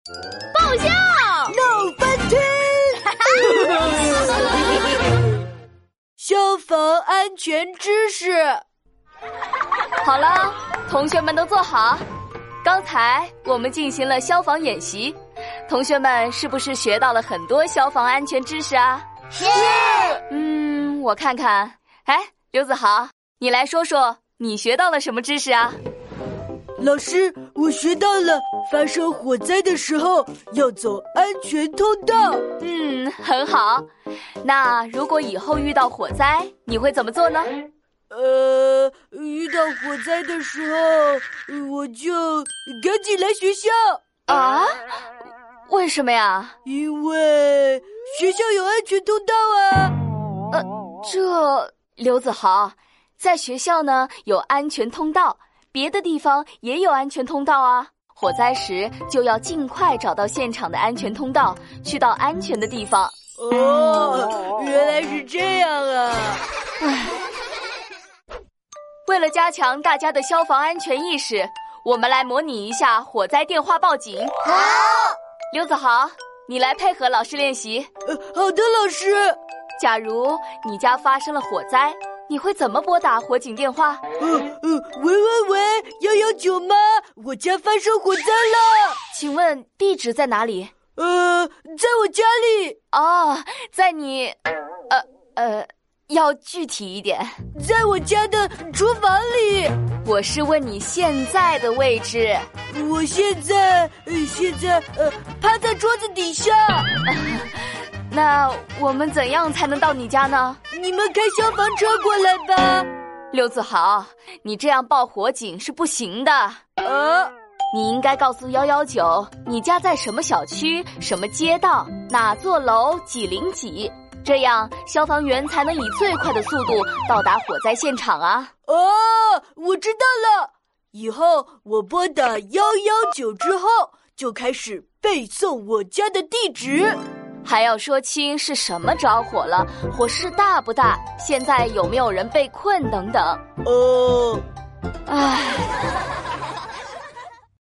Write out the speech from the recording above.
爆笑闹翻天！消防安全知识。 好了，同学们都坐好。刚才我们进行了消防演习，同学们是不是学到了很多消防安全知识啊？ 是。 我看看。哎，刘子豪，你来说说你学到了什么知识啊？ 老师，我学到了发生火灾的时候要走安全通道。 很好。那如果以后遇到火灾，你会怎么做呢？ 遇到火灾的时候，我就赶紧来学校。 啊？为什么呀？ 因为学校有安全通道啊。 刘子豪，在学校呢有安全通道，别的地方也有安全通道啊。火灾时就要尽快找到现场的安全通道，去到安全的地方。 哦，原来是这样啊。 为了加强大家的消防安全意识，我们来模拟一下火灾电话报警。 好。 刘子豪，你来配合老师练习。 好的，老师。 假如你家发生了火灾，你会怎么拨打火警电话？ 喂，119吗？我家发生火灾了。 请问地址在哪里？ 在我家里。 哦，在你，要具体一点。 在我家的厨房里。 我是问你现在的位置。 我现在趴在桌子底下。 那我们怎样才能到你家呢？ 你们开消防车过来吧。 刘子豪，你这样报火警是不行的。你应该告诉119，你家在什么小区、什么街道、哪座楼几零几，这样消防员才能以最快的速度到达火灾现场啊。 我知道了。以后我拨打119之后，就开始背诵我家的地址。 还要说清是什么着火了，火势大不大，现在有没有人被困等等。